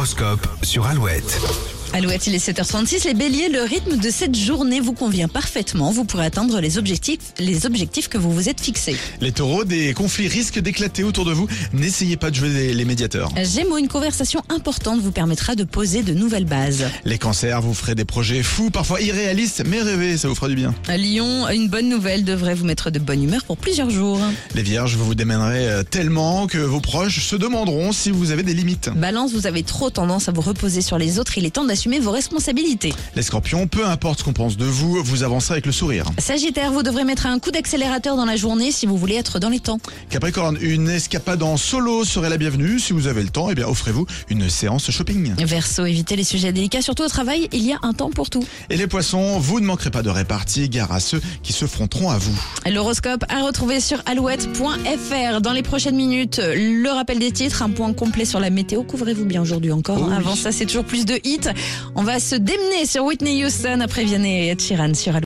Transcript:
L'horoscope sur Alouette. Alouette, il est 7h36. Les béliers, le rythme de cette journée vous convient parfaitement. Vous pourrez atteindre les objectifs que vous vous êtes fixés. Les taureaux, des conflits risquent d'éclater autour de vous. N'essayez pas de jouer les médiateurs. Gémeaux, une conversation importante vous permettra de poser de nouvelles bases. Les cancers, vous ferez des projets fous, parfois irréalistes, mais rêvez, ça vous fera du bien. Lion, une bonne nouvelle devrait vous mettre de bonne humeur pour plusieurs jours. Les vierges, vous vous démènerez tellement que vos proches se demanderont si vous avez des limites. Balance, vous avez trop tendance à vous reposer sur les autres. Il est temps d'assumer vos responsabilités. Les scorpions, peu importe ce qu'on pense de vous, vous avancerez avec le sourire. Sagittaire, vous devrez mettre un coup d'accélérateur dans la journée si vous voulez être dans les temps. Capricorne, une escapade en solo serait la bienvenue. Si vous avez le temps, offrez-vous une séance shopping. Verseau, évitez les sujets délicats, surtout au travail, il y a un temps pour tout. Et les poissons, vous ne manquerez pas de répartie, gare à ceux qui se fronteront à vous. L'horoscope à retrouver sur alouette.fr. Dans les prochaines minutes, le rappel des titres, un point complet sur la météo. Couvrez-vous bien aujourd'hui encore. Oh oui. Avant ça, c'est toujours plus de hits. On va se démener sur Whitney Houston après Vianney et Ed Sheeran sur Alouette.